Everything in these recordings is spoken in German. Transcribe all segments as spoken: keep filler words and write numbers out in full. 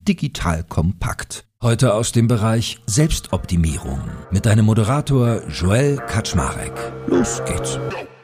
Digital Kompakt. Heute aus dem Bereich Selbstoptimierung mit deinem Moderator Joel Kaczmarek. Los geht's.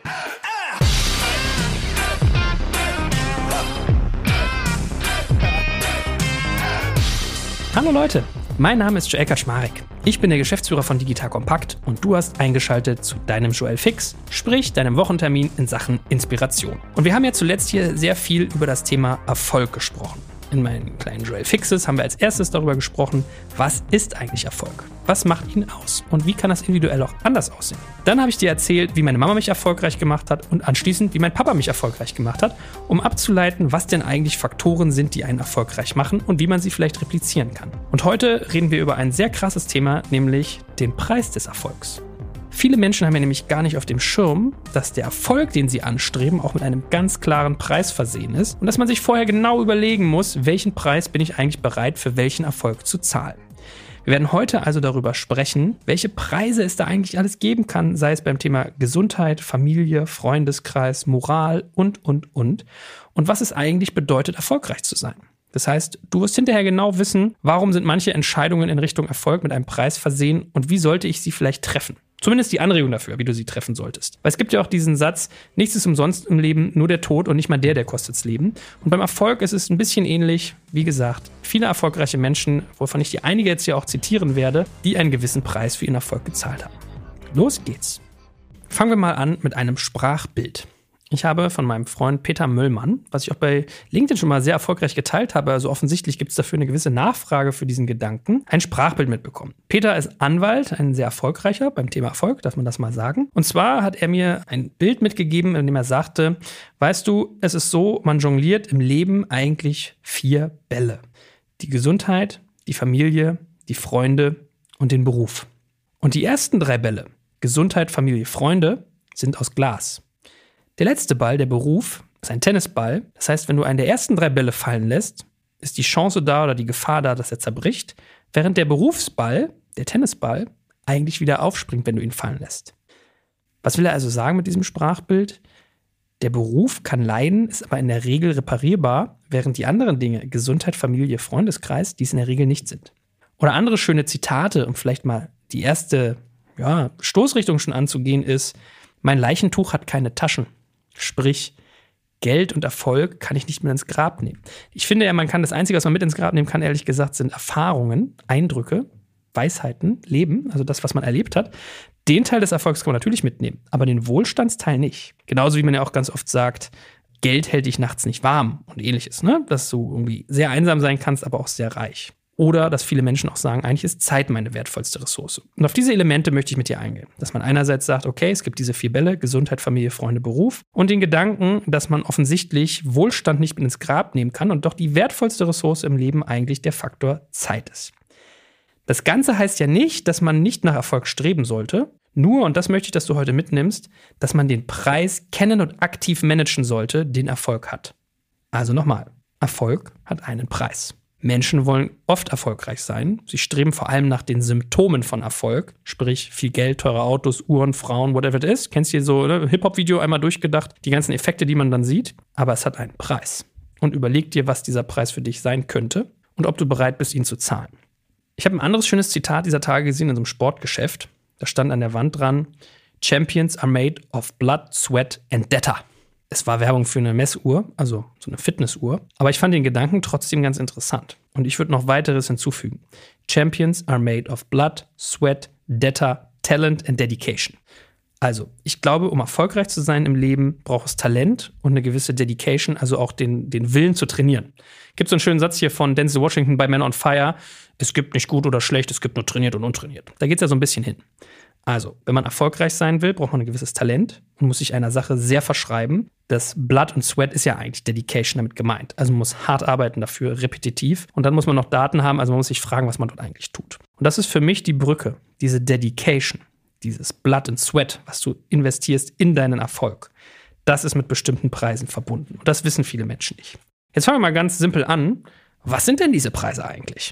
Hallo Leute, mein Name ist Joel Kaczmarek. Ich bin der Geschäftsführer von Digital Kompakt und du hast eingeschaltet zu deinem Joel Fix, sprich deinem Wochentermin in Sachen Inspiration. Und wir haben ja zuletzt hier sehr viel über das Thema Erfolg gesprochen. In meinen kleinen Joel Fixes haben wir als erstes darüber gesprochen, was ist eigentlich Erfolg? Was macht ihn aus? Und wie kann das individuell auch anders aussehen? Dann habe ich dir erzählt, wie meine Mama mich erfolgreich gemacht hat und anschließend, wie mein Papa mich erfolgreich gemacht hat, um abzuleiten, was denn eigentlich Faktoren sind, die einen erfolgreich machen und wie man sie vielleicht replizieren kann. Und heute reden wir über ein sehr krasses Thema, nämlich den Preis des Erfolgs. Viele Menschen haben ja nämlich gar nicht auf dem Schirm, dass der Erfolg, den sie anstreben, auch mit einem ganz klaren Preis versehen ist und dass man sich vorher genau überlegen muss, welchen Preis bin ich eigentlich bereit für welchen Erfolg zu zahlen. Wir werden heute also darüber sprechen, welche Preise es da eigentlich alles geben kann, sei es beim Thema Gesundheit, Familie, Freundeskreis, Moral und, und, und. Und was es eigentlich bedeutet, erfolgreich zu sein. Das heißt, du wirst hinterher genau wissen, warum sind manche Entscheidungen in Richtung Erfolg mit einem Preis versehen und wie sollte ich sie vielleicht treffen. Zumindest die Anregung dafür, wie du sie treffen solltest. Weil es gibt ja auch diesen Satz, nichts ist umsonst im Leben, nur der Tod und nicht mal der, der kostet's Leben. Und beim Erfolg ist es ein bisschen ähnlich. Wie gesagt, viele erfolgreiche Menschen, wovon ich die einige jetzt hier auch zitieren werde, die einen gewissen Preis für ihren Erfolg gezahlt haben. Los geht's. Fangen wir mal an mit einem Sprachbild. Ich habe von meinem Freund Peter Möllmann, was ich auch bei LinkedIn schon mal sehr erfolgreich geteilt habe, also offensichtlich gibt es dafür eine gewisse Nachfrage für diesen Gedanken, ein Sprachbild mitbekommen. Peter ist Anwalt, ein sehr erfolgreicher beim Thema Erfolg, darf man das mal sagen. Und zwar hat er mir ein Bild mitgegeben, in dem er sagte, weißt du, es ist so, man jongliert im Leben eigentlich vier Bälle. Die Gesundheit, die Familie, die Freunde und den Beruf. Und die ersten drei Bälle, Gesundheit, Familie, Freunde, sind aus Glas. Der letzte Ball, der Beruf, ist ein Tennisball. Das heißt, wenn du einen der ersten drei Bälle fallen lässt, ist die Chance da oder die Gefahr da, dass er zerbricht, während der Berufsball, der Tennisball, eigentlich wieder aufspringt, wenn du ihn fallen lässt. Was will er also sagen mit diesem Sprachbild? Der Beruf kann leiden, ist aber in der Regel reparierbar, während die anderen Dinge, Gesundheit, Familie, Freundeskreis, dies in der Regel nicht sind. Oder andere schöne Zitate, um vielleicht mal die erste ja, Stoßrichtung schon anzugehen, ist, mein Leichentuch hat keine Taschen. Sprich, Geld und Erfolg kann ich nicht mehr ins Grab nehmen. Ich finde ja, man kann das Einzige, was man mit ins Grab nehmen kann, ehrlich gesagt, sind Erfahrungen, Eindrücke, Weisheiten, Leben, also das, was man erlebt hat. Den Teil des Erfolgs kann man natürlich mitnehmen, aber den Wohlstandsteil nicht. Genauso wie man ja auch ganz oft sagt, Geld hält dich nachts nicht warm und ähnliches, ne? Dass du irgendwie sehr einsam sein kannst, aber auch sehr reich. Oder dass viele Menschen auch sagen, eigentlich ist Zeit meine wertvollste Ressource. Und auf diese Elemente möchte ich mit dir eingehen. Dass man einerseits sagt, okay, es gibt diese vier Bälle, Gesundheit, Familie, Freunde, Beruf. Und den Gedanken, dass man offensichtlich Wohlstand nicht mit ins Grab nehmen kann und doch die wertvollste Ressource im Leben eigentlich der Faktor Zeit ist. Das Ganze heißt ja nicht, dass man nicht nach Erfolg streben sollte. Nur, und das möchte ich, dass du heute mitnimmst, dass man den Preis kennen und aktiv managen sollte, den Erfolg hat. Also nochmal, Erfolg hat einen Preis. Menschen wollen oft erfolgreich sein. Sie streben vor allem nach den Symptomen von Erfolg. Sprich, viel Geld, teure Autos, Uhren, Frauen, whatever it is. Kennst du hier so, ne? Hip-Hop-Video einmal durchgedacht, die ganzen Effekte, die man dann sieht. Aber es hat einen Preis. Und überleg dir, was dieser Preis für dich sein könnte und ob du bereit bist, ihn zu zahlen. Ich habe ein anderes schönes Zitat dieser Tage gesehen in so einem Sportgeschäft. Da stand an der Wand dran, Champions are made of blood, sweat and data. Es war Werbung für eine Messuhr, also so eine Fitnessuhr. Aber ich fand den Gedanken trotzdem ganz interessant. Und ich würde noch weiteres hinzufügen. Champions are made of blood, sweat, data, talent and dedication. Also, ich glaube, um erfolgreich zu sein im Leben, braucht es Talent und eine gewisse Dedication, also auch den, den Willen zu trainieren. Gibt so einen schönen Satz hier von Denzel Washington bei Man on Fire. Es gibt nicht gut oder schlecht, es gibt nur trainiert und untrainiert. Da geht es ja so ein bisschen hin. Also, wenn man erfolgreich sein will, braucht man ein gewisses Talent und muss sich einer Sache sehr verschreiben. Das Blood und Sweat ist ja eigentlich Dedication damit gemeint. Also man muss hart arbeiten dafür, repetitiv. Und dann muss man noch Daten haben, also man muss sich fragen, was man dort eigentlich tut. Und das ist für mich die Brücke, diese Dedication, dieses Blood and Sweat, was du investierst in deinen Erfolg. Das ist mit bestimmten Preisen verbunden. Und das wissen viele Menschen nicht. Jetzt fangen wir mal ganz simpel an. Was sind denn diese Preise eigentlich?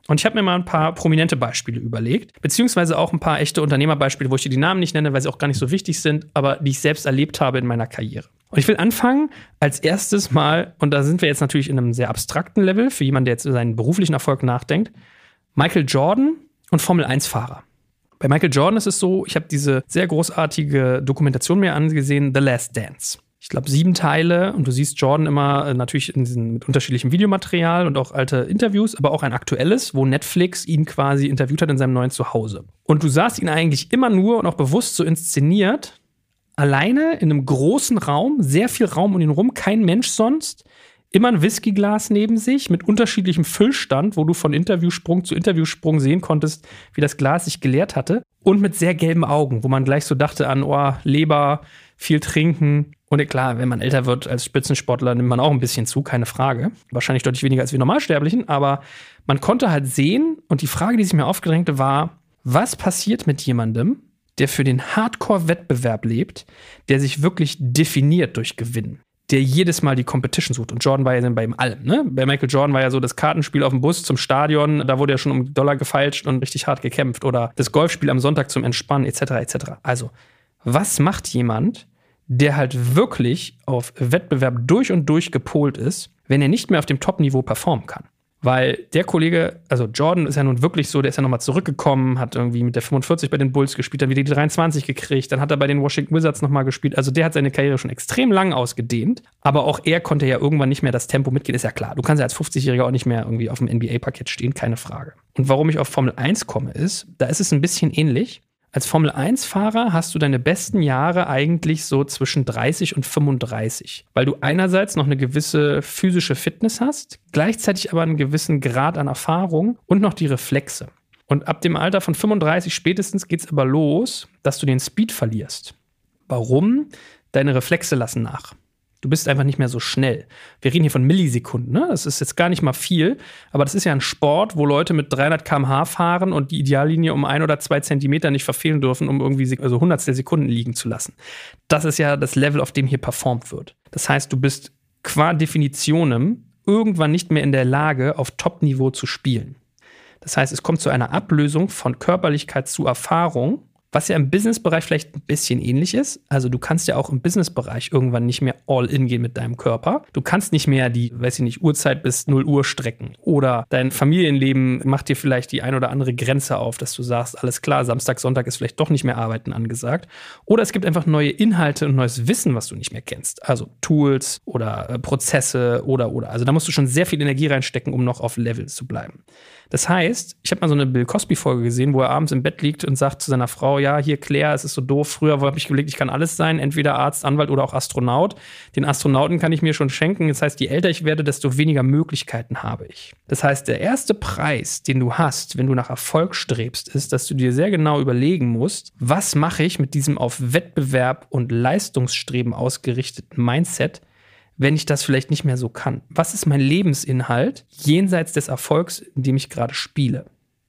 Und ich habe mir mal ein paar prominente Beispiele überlegt, beziehungsweise auch ein paar echte Unternehmerbeispiele, wo ich dir die Namen nicht nenne, weil sie auch gar nicht so wichtig sind, aber die ich selbst erlebt habe in meiner Karriere. Und ich will anfangen als erstes mal, und da sind wir jetzt natürlich in einem sehr abstrakten Level, für jemanden, der jetzt über seinen beruflichen Erfolg nachdenkt, Michael Jordan und Formel eins Fahrer. Bei Michael Jordan ist es so, ich habe diese sehr großartige Dokumentation mir angesehen, The Last Dance. Ich glaube, sieben Teile und du siehst Jordan immer äh, natürlich in diesen, mit unterschiedlichem Videomaterial und auch alte Interviews, aber auch ein aktuelles, wo Netflix ihn quasi interviewt hat in seinem neuen Zuhause. Und du sahst ihn eigentlich immer nur und auch bewusst so inszeniert, alleine in einem großen Raum, sehr viel Raum um ihn rum, kein Mensch sonst, immer ein Whiskyglas neben sich mit unterschiedlichem Füllstand, wo du von Interviewsprung zu Interviewsprung sehen konntest, wie das Glas sich geleert hatte und mit sehr gelben Augen, wo man gleich so dachte an, oh, Leber, viel trinken. Und klar, wenn man älter wird als Spitzensportler, nimmt man auch ein bisschen zu, keine Frage. Wahrscheinlich deutlich weniger als wir Normalsterblichen, aber man konnte halt sehen, und die Frage, die sich mir aufgedrängte, war, was passiert mit jemandem, der für den Hardcore-Wettbewerb lebt, der sich wirklich definiert durch Gewinn, der jedes Mal die Competition sucht. Und Jordan war ja dann bei ihm allem, ne? Bei Michael Jordan war ja so das Kartenspiel auf dem Bus zum Stadion, da wurde ja schon um Dollar gefeilscht und richtig hart gekämpft. Oder das Golfspiel am Sonntag zum Entspannen, et cetera et cetera. Also, was macht jemand, der halt wirklich auf Wettbewerb durch und durch gepolt ist, wenn er nicht mehr auf dem Top-Niveau performen kann? Weil der Kollege, also Jordan ist ja nun wirklich so, der ist ja nochmal zurückgekommen, hat irgendwie mit der fünfundvierzig bei den Bulls gespielt, dann wieder die dreiundzwanzig gekriegt, dann hat er bei den Washington Wizards nochmal gespielt. Also der hat seine Karriere schon extrem lang ausgedehnt, aber auch er konnte ja irgendwann nicht mehr das Tempo mitgehen, ist ja klar. Du kannst ja als fünfzigjähriger auch nicht mehr irgendwie auf dem N B A-Parkett stehen, keine Frage. Und warum ich auf Formel eins komme, ist, da ist es ein bisschen ähnlich. Als Formel eins Fahrer hast du deine besten Jahre eigentlich so zwischen dreißig und fünfunddreißig, weil du einerseits noch eine gewisse physische Fitness hast, gleichzeitig aber einen gewissen Grad an Erfahrung und noch die Reflexe. Und ab dem Alter von fünfunddreißig spätestens geht's aber los, dass du den Speed verlierst. Warum? Deine Reflexe lassen nach. Du bist einfach nicht mehr so schnell. Wir reden hier von Millisekunden, ne? Das ist jetzt gar nicht mal viel, aber das ist ja ein Sport, wo Leute mit dreihundert Kilometer pro Stunde fahren und die Ideallinie um ein oder zwei Zentimeter nicht verfehlen dürfen, um irgendwie also Hundertstel Sekunden liegen zu lassen. Das ist ja das Level, auf dem hier performt wird. Das heißt, du bist qua Definitionem irgendwann nicht mehr in der Lage, auf Top-Niveau zu spielen. Das heißt, es kommt zu einer Ablösung von Körperlichkeit zu Erfahrung, was ja im Businessbereich vielleicht ein bisschen ähnlich ist. Also du kannst ja auch im Businessbereich irgendwann nicht mehr all in gehen mit deinem Körper. Du kannst nicht mehr die, weiß ich nicht, Uhrzeit bis null Uhr strecken. Oder dein Familienleben macht dir vielleicht die ein oder andere Grenze auf, dass du sagst, alles klar, Samstag, Sonntag ist vielleicht doch nicht mehr Arbeiten angesagt. Oder es gibt einfach neue Inhalte und neues Wissen, was du nicht mehr kennst. Also Tools oder äh, Prozesse oder, oder. Also da musst du schon sehr viel Energie reinstecken, um noch auf Level zu bleiben. Das heißt, ich habe mal so eine Bill Cosby-Folge gesehen, wo er abends im Bett liegt und sagt zu seiner Frau, ja, hier Claire, es ist so doof, früher habe ich überlegt, ich kann alles sein, entweder Arzt, Anwalt oder auch Astronaut. Den Astronauten kann ich mir schon schenken. Das heißt, je älter ich werde, desto weniger Möglichkeiten habe ich. Das heißt, der erste Preis, den du hast, wenn du nach Erfolg strebst, ist, dass du dir sehr genau überlegen musst, was mache ich mit diesem auf Wettbewerb und Leistungsstreben ausgerichteten Mindset, wenn ich das vielleicht nicht mehr so kann? Was ist mein Lebensinhalt jenseits des Erfolgs, in dem ich gerade spiele?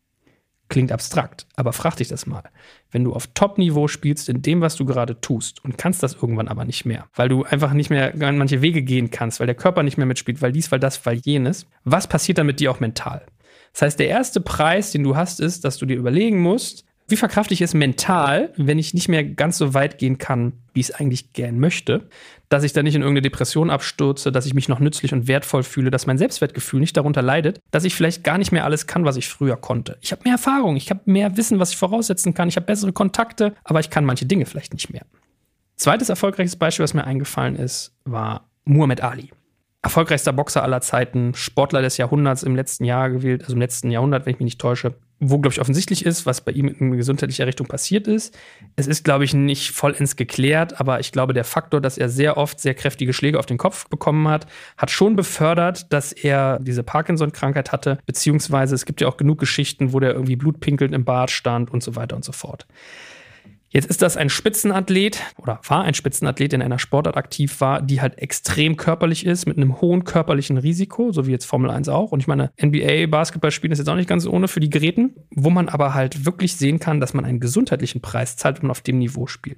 Klingt abstrakt, aber frag dich das mal. Wenn du auf Top-Niveau spielst in dem, was du gerade tust und kannst das irgendwann aber nicht mehr, weil du einfach nicht mehr manche Wege gehen kannst, weil der Körper nicht mehr mitspielt, weil dies, weil das, weil jenes, was passiert dann mit dir auch mental? Das heißt, der erste Preis, den du hast, ist, dass du dir überlegen musst, wie verkrafte ich es mental, wenn ich nicht mehr ganz so weit gehen kann, wie ich es eigentlich gern möchte, dass ich dann nicht in irgendeine Depression abstürze, dass ich mich noch nützlich und wertvoll fühle, dass mein Selbstwertgefühl nicht darunter leidet, dass ich vielleicht gar nicht mehr alles kann, was ich früher konnte. Ich habe mehr Erfahrung, ich habe mehr Wissen, was ich voraussetzen kann, ich habe bessere Kontakte, aber ich kann manche Dinge vielleicht nicht mehr. Zweites erfolgreiches Beispiel, was mir eingefallen ist, war Muhammad Ali. Erfolgreichster Boxer aller Zeiten, Sportler des Jahrhunderts im letzten Jahr gewählt, also im letzten Jahrhundert, wenn ich mich nicht täusche. Wo, glaube ich, offensichtlich ist, was bei ihm in gesundheitlicher Richtung passiert ist. Es ist, glaube ich, nicht vollends geklärt, aber ich glaube, der Faktor, dass er sehr oft sehr kräftige Schläge auf den Kopf bekommen hat, hat schon befördert, dass er diese Parkinson-Krankheit hatte, beziehungsweise es gibt ja auch genug Geschichten, wo der irgendwie blutpinkelnd im Bad stand und so weiter und so fort. Jetzt ist das ein Spitzenathlet oder war ein Spitzenathlet, der in einer Sportart aktiv war, die halt extrem körperlich ist, mit einem hohen körperlichen Risiko, so wie jetzt Formel eins auch. Und ich meine, N B A, Basketball spielen ist jetzt auch nicht ganz ohne für die Geräten, wo man aber halt wirklich sehen kann, dass man einen gesundheitlichen Preis zahlt, wenn man auf dem Niveau spielt.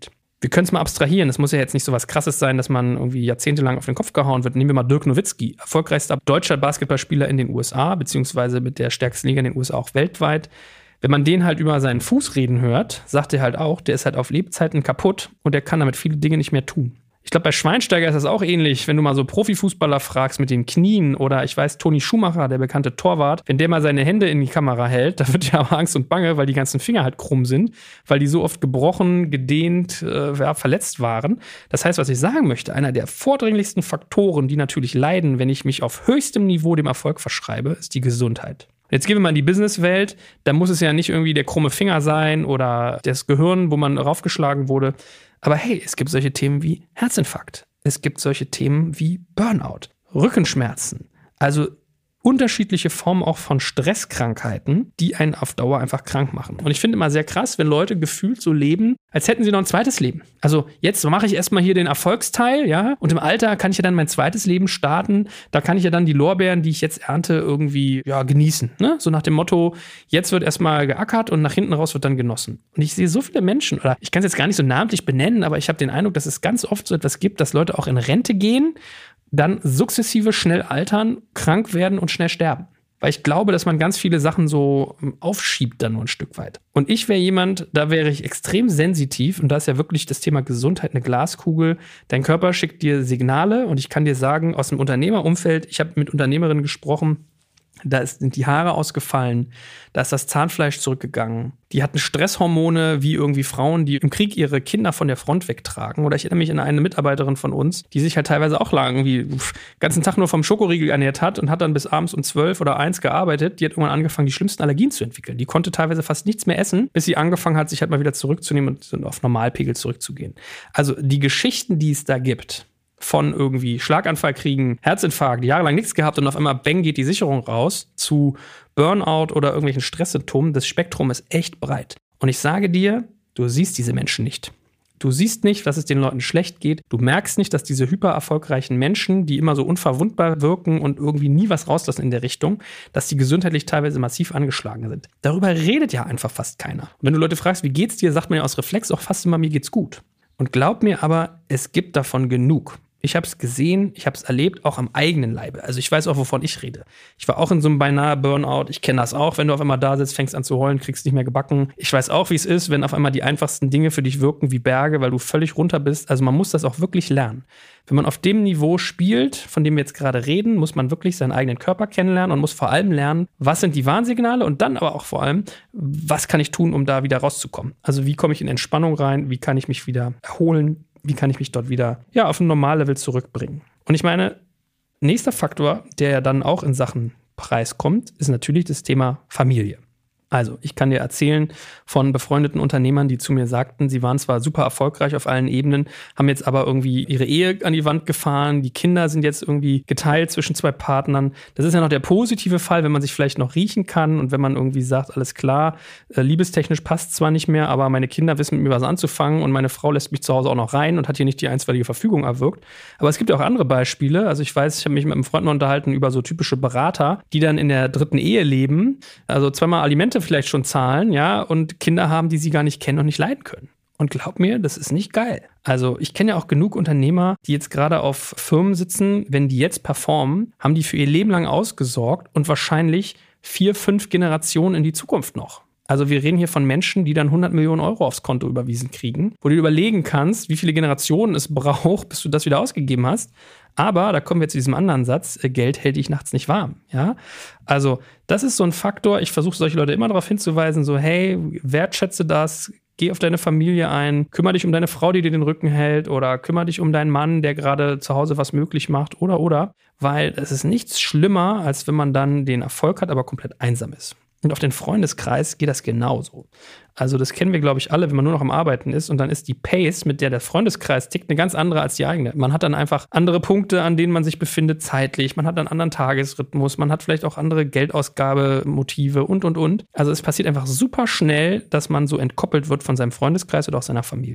Wir können es mal abstrahieren. Es muss ja jetzt nicht so was Krasses sein, dass man irgendwie jahrzehntelang auf den Kopf gehauen wird. Nehmen wir mal Dirk Nowitzki, erfolgreichster deutscher Basketballspieler in den U S A, beziehungsweise mit der stärksten Liga in den U S A auch weltweit. Wenn man den halt über seinen Fuß reden hört, sagt er halt auch, der ist halt auf Lebzeiten kaputt und der kann damit viele Dinge nicht mehr tun. Ich glaube, bei Schweinsteiger ist das auch ähnlich, wenn du mal so Profifußballer fragst mit den Knien oder ich weiß, Toni Schumacher, der bekannte Torwart, wenn der mal seine Hände in die Kamera hält, da wird ja aber Angst und Bange, weil die ganzen Finger halt krumm sind, weil die so oft gebrochen, gedehnt, äh, ja, verletzt waren. Das heißt, was ich sagen möchte, einer der vordringlichsten Faktoren, die natürlich leiden, wenn ich mich auf höchstem Niveau dem Erfolg verschreibe, ist die Gesundheit. Jetzt gehen wir mal in die Businesswelt, da muss es ja nicht irgendwie der krumme Finger sein oder das Gehirn, wo man raufgeschlagen wurde. Aber hey, es gibt solche Themen wie Herzinfarkt. Es gibt solche Themen wie Burnout, Rückenschmerzen. Also unterschiedliche Formen auch von Stresskrankheiten, die einen auf Dauer einfach krank machen. Und ich finde immer sehr krass, wenn Leute gefühlt so leben, als hätten sie noch ein zweites Leben. Also jetzt mache ich erstmal hier den Erfolgsteil, ja, und im Alter kann ich ja dann mein zweites Leben starten. Da kann ich ja dann die Lorbeeren, die ich jetzt ernte, irgendwie ja, genießen. Ne? So nach dem Motto, jetzt wird erstmal geackert und nach hinten raus wird dann genossen. Und ich sehe so viele Menschen, oder ich kann es jetzt gar nicht so namentlich benennen, aber ich habe den Eindruck, dass es ganz oft so etwas gibt, dass Leute auch in Rente gehen, dann sukzessive schnell altern, krank werden und schnell sterben. Weil ich glaube, dass man ganz viele Sachen so aufschiebt dann nur ein Stück weit. Und ich wäre jemand, da wäre ich extrem sensitiv und da ist ja wirklich das Thema Gesundheit eine Glaskugel. Dein Körper schickt dir Signale und ich kann dir sagen, aus dem Unternehmerumfeld, ich habe mit Unternehmerinnen gesprochen, da ist, sind die Haare ausgefallen, da ist das Zahnfleisch zurückgegangen. Die hatten Stresshormone wie irgendwie Frauen, die im Krieg ihre Kinder von der Front wegtragen. Oder ich erinnere mich an eine Mitarbeiterin von uns, die sich halt teilweise auch lang irgendwie den ganzen Tag nur vom Schokoriegel ernährt hat und hat dann bis abends um zwölf oder eins gearbeitet. Die hat irgendwann angefangen, die schlimmsten Allergien zu entwickeln. Die konnte teilweise fast nichts mehr essen, bis sie angefangen hat, sich halt mal wieder zurückzunehmen und auf Normalpegel zurückzugehen. Also die Geschichten, die es da gibt, von irgendwie Schlaganfall kriegen, Herzinfarkt, jahrelang nichts gehabt und auf einmal bang geht die Sicherung raus, zu Burnout oder irgendwelchen Stresssymptomen. Das Spektrum ist echt breit. Und ich sage dir, du siehst diese Menschen nicht. Du siehst nicht, dass es den Leuten schlecht geht. Du merkst nicht, dass diese hyper erfolgreichen Menschen, die immer so unverwundbar wirken und irgendwie nie was rauslassen in der Richtung, dass die gesundheitlich teilweise massiv angeschlagen sind. Darüber redet ja einfach fast keiner. Und wenn du Leute fragst, wie geht's dir, sagt man ja aus Reflex auch fast immer, mir geht's gut. Und glaub mir aber, es gibt davon genug. Ich habe es gesehen, ich habe es erlebt, auch am eigenen Leibe. Also ich weiß auch, wovon ich rede. Ich war auch in so einem beinahe Burnout. Ich kenne das auch, wenn du auf einmal da sitzt, fängst an zu heulen, kriegst nicht mehr gebacken. Ich weiß auch, wie es ist, wenn auf einmal die einfachsten Dinge für dich wirken wie Berge, weil du völlig runter bist. Also man muss das auch wirklich lernen. Wenn man auf dem Niveau spielt, von dem wir jetzt gerade reden, muss man wirklich seinen eigenen Körper kennenlernen und muss vor allem lernen, was sind die Warnsignale und dann aber auch vor allem, was kann ich tun, um da wieder rauszukommen. Also wie komme ich in Entspannung rein, wie kann ich mich wieder erholen, wie kann ich mich dort wieder ja, auf ein normales Level zurückbringen. Und ich meine, nächster Faktor, der ja dann auch in Sachen Preis kommt, ist natürlich das Thema Familie. Also, ich kann dir erzählen von befreundeten Unternehmern, die zu mir sagten, sie waren zwar super erfolgreich auf allen Ebenen, haben jetzt aber irgendwie ihre Ehe an die Wand gefahren, die Kinder sind jetzt irgendwie geteilt zwischen zwei Partnern. Das ist ja noch der positive Fall, wenn man sich vielleicht noch riechen kann und wenn man irgendwie sagt, alles klar, äh, liebestechnisch passt zwar nicht mehr, aber meine Kinder wissen mit mir was anzufangen und meine Frau lässt mich zu Hause auch noch rein und hat hier nicht die einstweilige Verfügung erwirkt. Aber es gibt auch andere Beispiele. Also ich weiß, ich habe mich mit einem Freund mal unterhalten über so typische Berater, die dann in der dritten Ehe leben, also zweimal Alimente vielleicht schon zahlen, ja, und Kinder haben, die sie gar nicht kennen und nicht leiden können. Und glaub mir, das ist nicht geil. Also ich kenne ja auch genug Unternehmer, die jetzt gerade auf Firmen sitzen, wenn die jetzt performen, haben die für ihr Leben lang ausgesorgt und wahrscheinlich vier, fünf Generationen in die Zukunft noch. Also wir reden hier von Menschen, die dann hundert Millionen Euro aufs Konto überwiesen kriegen, wo du dir überlegen kannst, wie viele Generationen es braucht, bis du das wieder ausgegeben hast. Aber da kommen wir zu diesem anderen Satz, Geld hält dich nachts nicht warm. Ja? Also das ist so ein Faktor, ich versuche solche Leute immer darauf hinzuweisen, so hey, wertschätze das, geh auf deine Familie ein, kümmere dich um deine Frau, die dir den Rücken hält oder kümmere dich um deinen Mann, der gerade zu Hause was möglich macht oder, oder. Weil es ist nichts schlimmer, als wenn man dann den Erfolg hat, aber komplett einsam ist. Und auf den Freundeskreis geht das genauso. Also das kennen wir, glaube ich, alle, wenn man nur noch am Arbeiten ist und dann ist die Pace, mit der der Freundeskreis tickt, eine ganz andere als die eigene. Man hat dann einfach andere Punkte, an denen man sich befindet zeitlich, man hat einen anderen Tagesrhythmus, man hat vielleicht auch andere Geldausgabemotive und, und, und. Also es passiert einfach super schnell, dass man so entkoppelt wird von seinem Freundeskreis oder auch seiner Familie.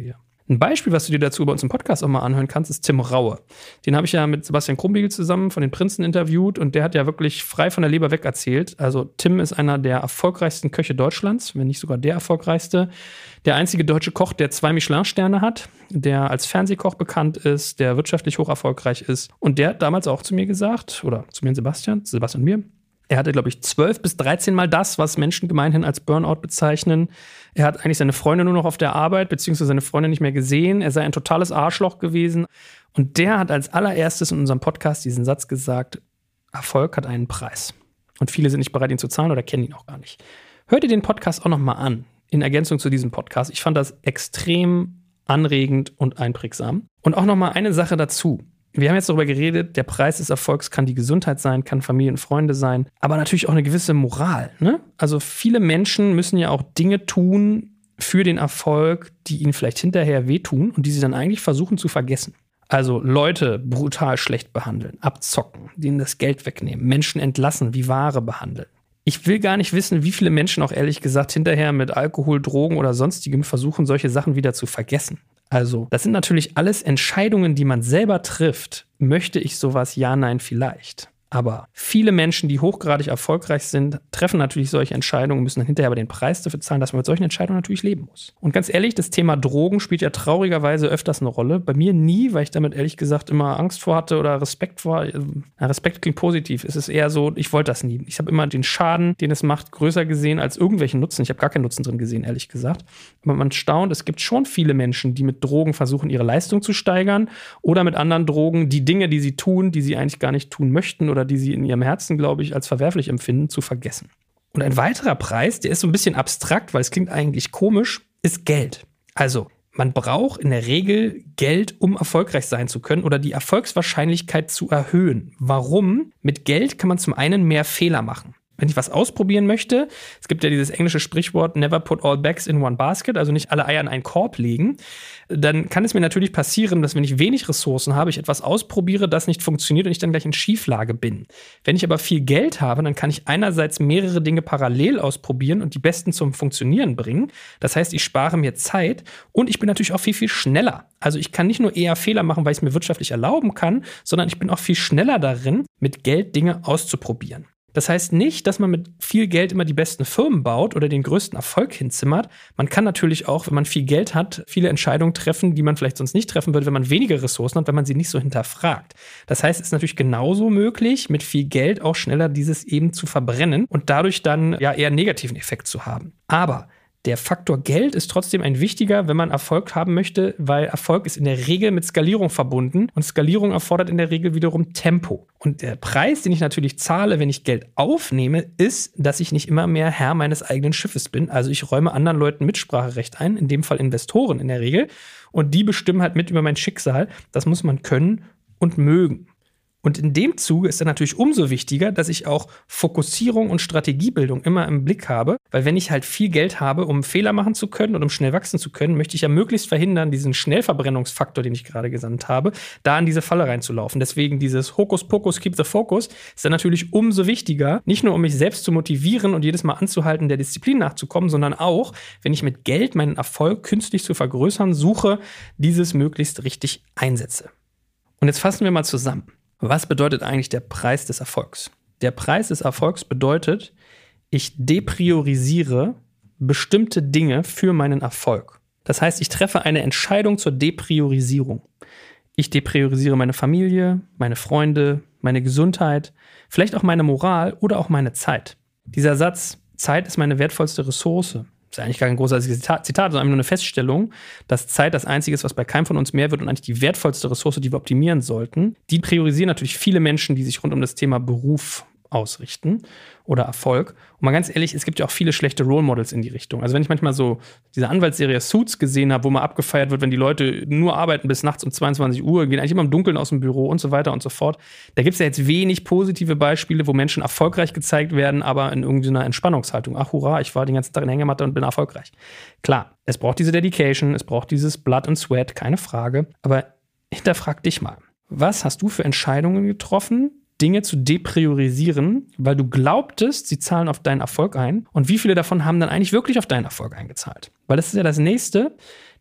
Ein Beispiel, was du dir dazu bei uns im Podcast auch mal anhören kannst, ist Tim Raue. Den habe ich ja mit Sebastian Krumbiegel zusammen von den Prinzen interviewt und der hat ja wirklich frei von der Leber weg erzählt. Also Tim ist einer der erfolgreichsten Köche Deutschlands, wenn nicht sogar der erfolgreichste. Der einzige deutsche Koch, der zwei Michelin-Sterne hat, der als Fernsehkoch bekannt ist, der wirtschaftlich hoch erfolgreich ist. Und der hat damals auch zu mir gesagt, oder zu mir und Sebastian, Sebastian und mir, er hatte, glaube ich, zwölf bis dreizehn Mal das, was Menschen gemeinhin als Burnout bezeichnen. Er hat eigentlich seine Freunde nur noch auf der Arbeit, beziehungsweise seine Freunde nicht mehr gesehen. Er sei ein totales Arschloch gewesen. Und der hat als allererstes in unserem Podcast diesen Satz gesagt, Erfolg hat einen Preis. Und viele sind nicht bereit, ihn zu zahlen oder kennen ihn auch gar nicht. Hört ihr den Podcast auch noch mal an, in Ergänzung zu diesem Podcast. Ich fand das extrem anregend und einprägsam. Und auch noch mal eine Sache dazu. Wir haben jetzt darüber geredet, der Preis des Erfolgs kann die Gesundheit sein, kann Familie und Freunde sein, aber natürlich auch eine gewisse Moral, ne? Also viele Menschen müssen ja auch Dinge tun für den Erfolg, die ihnen vielleicht hinterher wehtun und die sie dann eigentlich versuchen zu vergessen. Also Leute brutal schlecht behandeln, abzocken, denen das Geld wegnehmen, Menschen entlassen, wie Ware behandeln. Ich will gar nicht wissen, wie viele Menschen auch ehrlich gesagt hinterher mit Alkohol, Drogen oder sonstigem versuchen, solche Sachen wieder zu vergessen. Also, das sind natürlich alles Entscheidungen, die man selber trifft. Möchte ich sowas? Ja, nein, vielleicht. Aber viele Menschen, die hochgradig erfolgreich sind, treffen natürlich solche Entscheidungen und müssen dann hinterher aber den Preis dafür zahlen, dass man mit solchen Entscheidungen natürlich leben muss. Und ganz ehrlich, das Thema Drogen spielt ja traurigerweise öfters eine Rolle. Bei mir nie, weil ich damit ehrlich gesagt immer Angst vor hatte oder Respekt vor. Ja, Respekt klingt positiv. Es ist eher so, ich wollte das nie. Ich habe immer den Schaden, den es macht, größer gesehen als irgendwelchen Nutzen. Ich habe gar keinen Nutzen drin gesehen, ehrlich gesagt. Aber man staunt, es gibt schon viele Menschen, die mit Drogen versuchen, ihre Leistung zu steigern oder mit anderen Drogen die Dinge, die sie tun, die sie eigentlich gar nicht tun möchten oder die sie in ihrem Herzen, glaube ich, als verwerflich empfinden, zu vergessen. Und ein weiterer Preis, der ist so ein bisschen abstrakt, weil es klingt eigentlich komisch, ist Geld. Also, man braucht in der Regel Geld, um erfolgreich sein zu können oder die Erfolgswahrscheinlichkeit zu erhöhen. Warum? Mit Geld kann man zum einen mehr Fehler machen. Wenn ich was ausprobieren möchte, es gibt ja dieses englische Sprichwort, never put all bags in one basket, also nicht alle Eier in einen Korb legen, dann kann es mir natürlich passieren, dass wenn ich wenig Ressourcen habe, ich etwas ausprobiere, das nicht funktioniert und ich dann gleich in Schieflage bin. Wenn ich aber viel Geld habe, dann kann ich einerseits mehrere Dinge parallel ausprobieren und die besten zum Funktionieren bringen. Das heißt, ich spare mir Zeit und ich bin natürlich auch viel, viel schneller. Also ich kann nicht nur eher Fehler machen, weil ich es mir wirtschaftlich erlauben kann, sondern ich bin auch viel schneller darin, mit Geld Dinge auszuprobieren. Das heißt nicht, dass man mit viel Geld immer die besten Firmen baut oder den größten Erfolg hinzimmert. Man kann natürlich auch, wenn man viel Geld hat, viele Entscheidungen treffen, die man vielleicht sonst nicht treffen würde, wenn man weniger Ressourcen hat, wenn man sie nicht so hinterfragt. Das heißt, es ist natürlich genauso möglich, mit viel Geld auch schneller dieses eben zu verbrennen und dadurch dann ja eher einen negativen Effekt zu haben. Aber der Faktor Geld ist trotzdem ein wichtiger, wenn man Erfolg haben möchte, weil Erfolg ist in der Regel mit Skalierung verbunden und Skalierung erfordert in der Regel wiederum Tempo. Und der Preis, den ich natürlich zahle, wenn ich Geld aufnehme, ist, dass ich nicht immer mehr Herr meines eigenen Schiffes bin. Also ich räume anderen Leuten Mitspracherecht ein, in dem Fall Investoren in der Regel. Und die bestimmen halt mit über mein Schicksal. Das muss man können und mögen. Und in dem Zuge ist dann natürlich umso wichtiger, dass ich auch Fokussierung und Strategiebildung immer im Blick habe. Weil wenn ich halt viel Geld habe, um Fehler machen zu können und um schnell wachsen zu können, möchte ich ja möglichst verhindern, diesen Schnellverbrennungsfaktor, den ich gerade genannt habe, da in diese Falle reinzulaufen. Deswegen dieses Hokuspokus, keep the focus, ist dann natürlich umso wichtiger, nicht nur um mich selbst zu motivieren und jedes Mal anzuhalten, der Disziplin nachzukommen, sondern auch, wenn ich mit Geld meinen Erfolg künstlich zu vergrößern suche, dieses möglichst richtig einsetze. Und jetzt fassen wir mal zusammen. Was bedeutet eigentlich der Preis des Erfolgs? Der Preis des Erfolgs bedeutet, ich depriorisiere bestimmte Dinge für meinen Erfolg. Das heißt, ich treffe eine Entscheidung zur Depriorisierung. Ich depriorisiere meine Familie, meine Freunde, meine Gesundheit, vielleicht auch meine Moral oder auch meine Zeit. Dieser Satz, Zeit ist meine wertvollste Ressource, ist eigentlich gar kein großartiges Zitat, sondern einfach nur eine Feststellung, dass Zeit das Einzige ist, was bei keinem von uns mehr wird und eigentlich die wertvollste Ressource, die wir optimieren sollten. Die priorisieren natürlich viele Menschen, die sich rund um das Thema Beruf ausrichten oder Erfolg. Und mal ganz ehrlich, es gibt ja auch viele schlechte Role Models in die Richtung. Also wenn ich manchmal so diese Anwaltsserie Suits gesehen habe, wo mal abgefeiert wird, wenn die Leute nur arbeiten bis nachts um zweiundzwanzig Uhr, gehen eigentlich immer im Dunkeln aus dem Büro und so weiter und so fort. Da gibt es ja jetzt wenig positive Beispiele, wo Menschen erfolgreich gezeigt werden, aber in irgendeiner Entspannungshaltung. Ach hurra, ich war den ganzen Tag in der Hängematte und bin erfolgreich. Klar, es braucht diese Dedication, es braucht dieses Blood and Sweat, keine Frage. Aber hinterfrag dich mal. Was hast du für Entscheidungen getroffen, Dinge zu depriorisieren, weil du glaubtest, sie zahlen auf deinen Erfolg ein? Und wie viele davon haben dann eigentlich wirklich auf deinen Erfolg eingezahlt? Weil das ist ja das Nächste,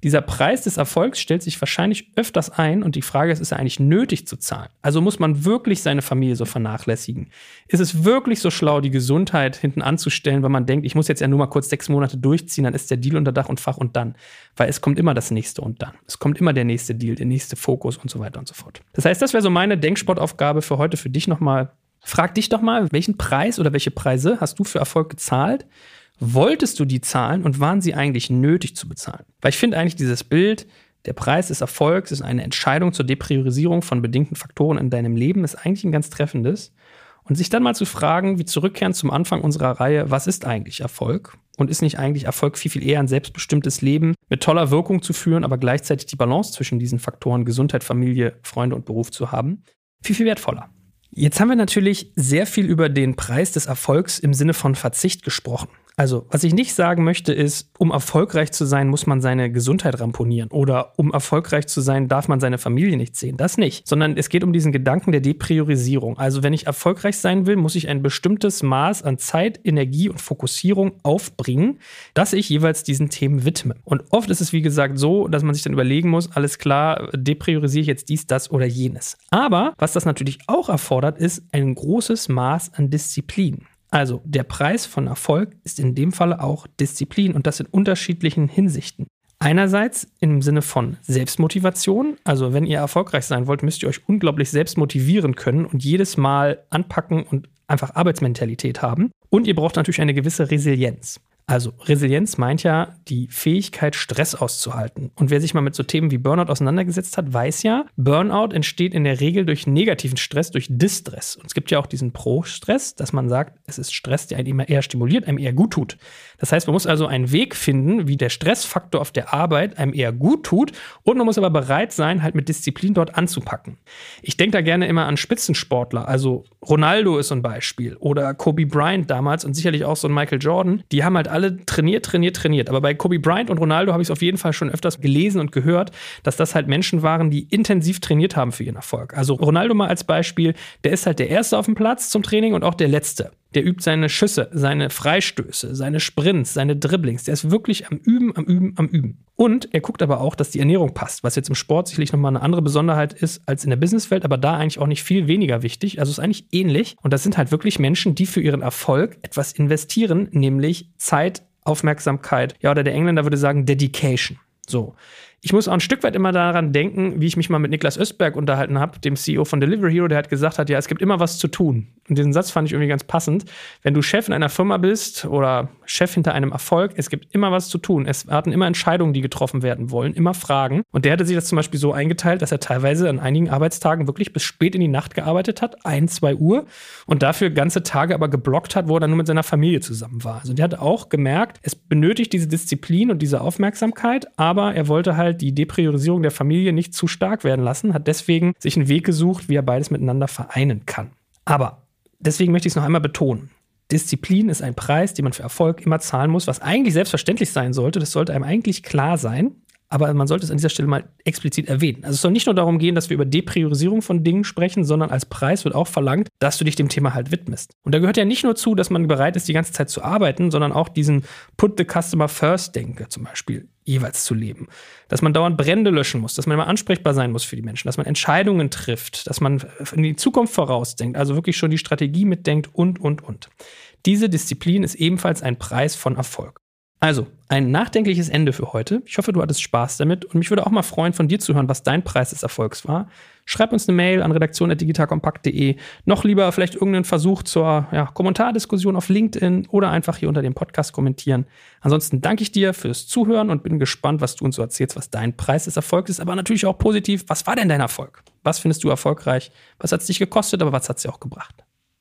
Dieser Preis des Erfolgs stellt sich wahrscheinlich öfters ein und die Frage ist, ist er eigentlich nötig zu zahlen? Also muss man wirklich seine Familie so vernachlässigen? Ist es wirklich so schlau, die Gesundheit hinten anzustellen, wenn man denkt, ich muss jetzt ja nur mal kurz sechs Monate durchziehen, dann ist der Deal unter Dach und Fach und dann. Weil es kommt immer das nächste und dann. Es kommt immer der nächste Deal, der nächste Fokus und so weiter und so fort. Das heißt, das wäre so meine Denksportaufgabe für heute für dich nochmal. Frag dich doch mal, welchen Preis oder welche Preise hast du für Erfolg gezahlt? Wolltest du die zahlen und waren sie eigentlich nötig zu bezahlen? Weil ich finde eigentlich dieses Bild, der Preis des Erfolgs ist eine Entscheidung zur Depriorisierung von bedingten Faktoren in deinem Leben, ist eigentlich ein ganz treffendes. Und sich dann mal zu fragen, wie zurückkehren zum Anfang unserer Reihe, was ist eigentlich Erfolg? Und ist nicht eigentlich Erfolg viel, viel eher ein selbstbestimmtes Leben mit toller Wirkung zu führen, aber gleichzeitig die Balance zwischen diesen Faktoren Gesundheit, Familie, Freunde und Beruf zu haben? Viel, viel wertvoller. Jetzt haben wir natürlich sehr viel über den Preis des Erfolgs im Sinne von Verzicht gesprochen. Also, was ich nicht sagen möchte, ist, um erfolgreich zu sein, muss man seine Gesundheit ramponieren. Oder um erfolgreich zu sein, darf man seine Familie nicht sehen. Das nicht. Sondern es geht um diesen Gedanken der Depriorisierung. Also, wenn ich erfolgreich sein will, muss ich ein bestimmtes Maß an Zeit, Energie und Fokussierung aufbringen, dass ich jeweils diesen Themen widme. Und oft ist es, wie gesagt, so, dass man sich dann überlegen muss, alles klar, depriorisiere ich jetzt dies, das oder jenes. Aber was das natürlich auch erfordert, ist ein großes Maß an Disziplin. Also der Preis von Erfolg ist in dem Falle auch Disziplin und das in unterschiedlichen Hinsichten. Einerseits im Sinne von Selbstmotivation, also wenn ihr erfolgreich sein wollt, müsst ihr euch unglaublich selbst motivieren können und jedes Mal anpacken und einfach Arbeitsmentalität haben. Und ihr braucht natürlich eine gewisse Resilienz. Also Resilienz meint ja die Fähigkeit, Stress auszuhalten. Und wer sich mal mit so Themen wie Burnout auseinandergesetzt hat, weiß ja, Burnout entsteht in der Regel durch negativen Stress, durch Distress. Und es gibt ja auch diesen Pro-Stress, dass man sagt, es ist Stress, der einen immer eher stimuliert, einem eher gut tut. Das heißt, man muss also einen Weg finden, wie der Stressfaktor auf der Arbeit einem eher gut tut. Und man muss aber bereit sein, halt mit Disziplin dort anzupacken. Ich denke da gerne immer an Spitzensportler. Also Ronaldo ist so ein Beispiel. Oder Kobe Bryant damals und sicherlich auch so ein Michael Jordan. Die haben halt alle trainiert, trainiert, trainiert. Aber bei Kobe Bryant und Ronaldo habe ich es auf jeden Fall schon öfters gelesen und gehört, dass das halt Menschen waren, die intensiv trainiert haben für ihren Erfolg. Also Ronaldo mal als Beispiel, der ist halt der Erste auf dem Platz zum Training und auch der Letzte. Der übt seine Schüsse, seine Freistöße, seine Sprints, seine Dribblings. Der ist wirklich am Üben, am Üben, am Üben. Und er guckt aber auch, dass die Ernährung passt, was jetzt im Sport sicherlich nochmal eine andere Besonderheit ist als in der Businesswelt, aber da eigentlich auch nicht viel weniger wichtig. Also ist eigentlich ähnlich. Und das sind halt wirklich Menschen, die für ihren Erfolg etwas investieren, nämlich Zeit, Aufmerksamkeit. Ja, oder der Engländer würde sagen Dedication. So. Ich muss auch ein Stück weit immer daran denken, wie ich mich mal mit Niklas Östberg unterhalten habe, dem C E O von Delivery Hero, der hat gesagt hat, ja, es gibt immer was zu tun. Und diesen Satz fand ich irgendwie ganz passend. Wenn du Chef in einer Firma bist oder Chef hinter einem Erfolg, es gibt immer was zu tun. Es warten immer Entscheidungen, die getroffen werden wollen, immer Fragen. Und der hatte sich das zum Beispiel so eingeteilt, dass er teilweise an einigen Arbeitstagen wirklich bis spät in die Nacht gearbeitet hat, ein, zwei Uhr, und dafür ganze Tage aber geblockt hat, wo er dann nur mit seiner Familie zusammen war. Also der hat auch gemerkt, es benötigt diese Disziplin und diese Aufmerksamkeit, aber er wollte halt die Depriorisierung der Familie nicht zu stark werden lassen, hat deswegen sich einen Weg gesucht, wie er beides miteinander vereinen kann. Aber deswegen möchte ich es noch einmal betonen. Disziplin ist ein Preis, den man für Erfolg immer zahlen muss, was eigentlich selbstverständlich sein sollte. Das sollte einem eigentlich klar sein. Aber man sollte es an dieser Stelle mal explizit erwähnen. Also es soll nicht nur darum gehen, dass wir über Depriorisierung von Dingen sprechen, sondern als Preis wird auch verlangt, dass du dich dem Thema halt widmest. Und da gehört ja nicht nur zu, dass man bereit ist, die ganze Zeit zu arbeiten, sondern auch diesen Put the Customer First Denke zum Beispiel jeweils zu leben. Dass man dauernd Brände löschen muss, dass man immer ansprechbar sein muss für die Menschen, dass man Entscheidungen trifft, dass man in die Zukunft vorausdenkt, also wirklich schon die Strategie mitdenkt und, und, und. Diese Disziplin ist ebenfalls ein Preis von Erfolg. Also, ein nachdenkliches Ende für heute. Ich hoffe, du hattest Spaß damit und mich würde auch mal freuen, von dir zu hören, was dein Preis des Erfolgs war. Schreib uns eine Mail an redaktion at digitalkompakt punkt de. Noch lieber vielleicht irgendeinen Versuch zur ja, Kommentardiskussion auf LinkedIn oder einfach hier unter dem Podcast kommentieren. Ansonsten danke ich dir fürs Zuhören und bin gespannt, was du uns so erzählst, was dein Preis des Erfolgs ist, aber natürlich auch positiv. Was war denn dein Erfolg? Was findest du erfolgreich? Was hat es dich gekostet, aber was hat es dir auch gebracht?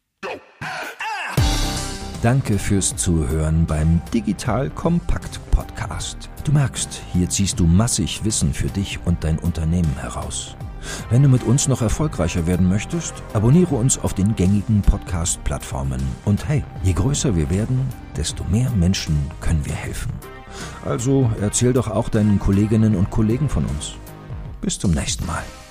Danke fürs Zuhören beim Digital Kompakt Podcast. Du merkst, hier ziehst du massig Wissen für dich und dein Unternehmen heraus. Wenn du mit uns noch erfolgreicher werden möchtest, abonniere uns auf den gängigen Podcast-Plattformen. Und hey, je größer wir werden, desto mehr Menschen können wir helfen. Also erzähl doch auch deinen Kolleginnen und Kollegen von uns. Bis zum nächsten Mal.